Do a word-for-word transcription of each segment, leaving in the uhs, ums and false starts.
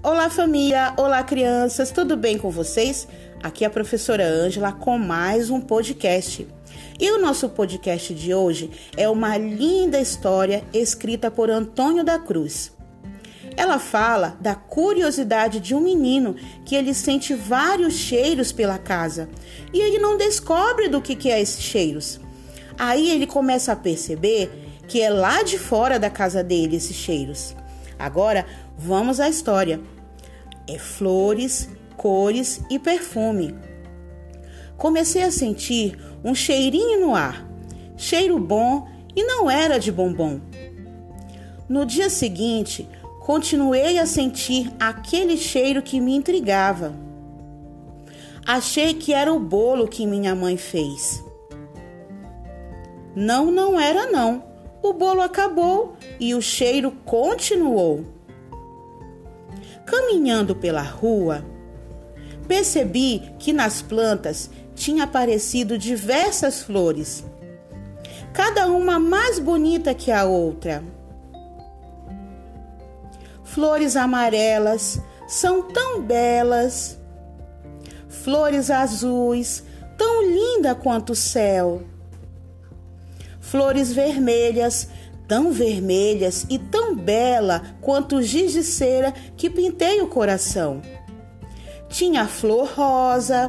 Olá família, olá crianças, tudo bem com vocês? Aqui é a professora Ângela com mais um podcast. E o nosso podcast de hoje é uma linda história escrita por Antônio da Cruz. Ela fala da curiosidade de um menino que ele sente vários cheiros pela casa e ele não descobre do que, que é esses cheiros. Aí ele começa a perceber que é lá de fora da casa dele esses cheiros. Agora vamos à história. É flores, cores e perfume. Comecei a sentir um cheirinho no ar, cheiro bom e não era de bombom. No dia seguinte, continuei a sentir aquele cheiro que me intrigava. Achei que era o bolo que minha mãe fez. Não, não era não. O bolo acabou e o cheiro continuou. Caminhando pela rua, percebi que nas plantas tinha aparecido diversas flores, cada uma mais bonita que a outra. Flores amarelas são tão belas, flores azuis tão linda quanto o céu, flores vermelhas tão vermelhas e tão bela quanto o giz de cera que pintei o coração. Tinha flor rosa,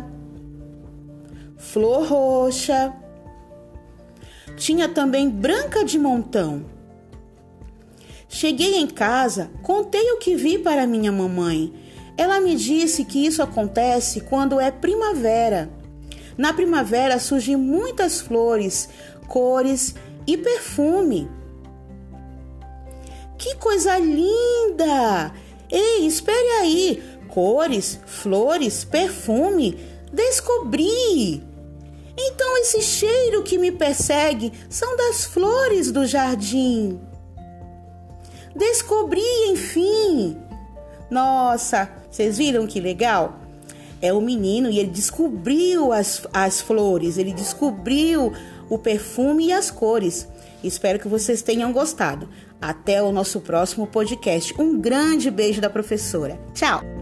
flor roxa, tinha também branca de montão. Cheguei em casa, contei o que vi para minha mamãe. Ela me disse que isso acontece quando é primavera. Na primavera surgem muitas flores, cores e perfume. Que coisa linda! Ei, espere aí! Cores, flores, perfume, descobri! Então esse cheiro que me persegue são das flores do jardim. Descobri, enfim! Nossa, vocês viram que legal? É o menino e ele descobriu as, as flores, ele descobriu o perfume e as cores. Espero que vocês tenham gostado. Até o nosso próximo podcast. Um grande beijo da professora. Tchau!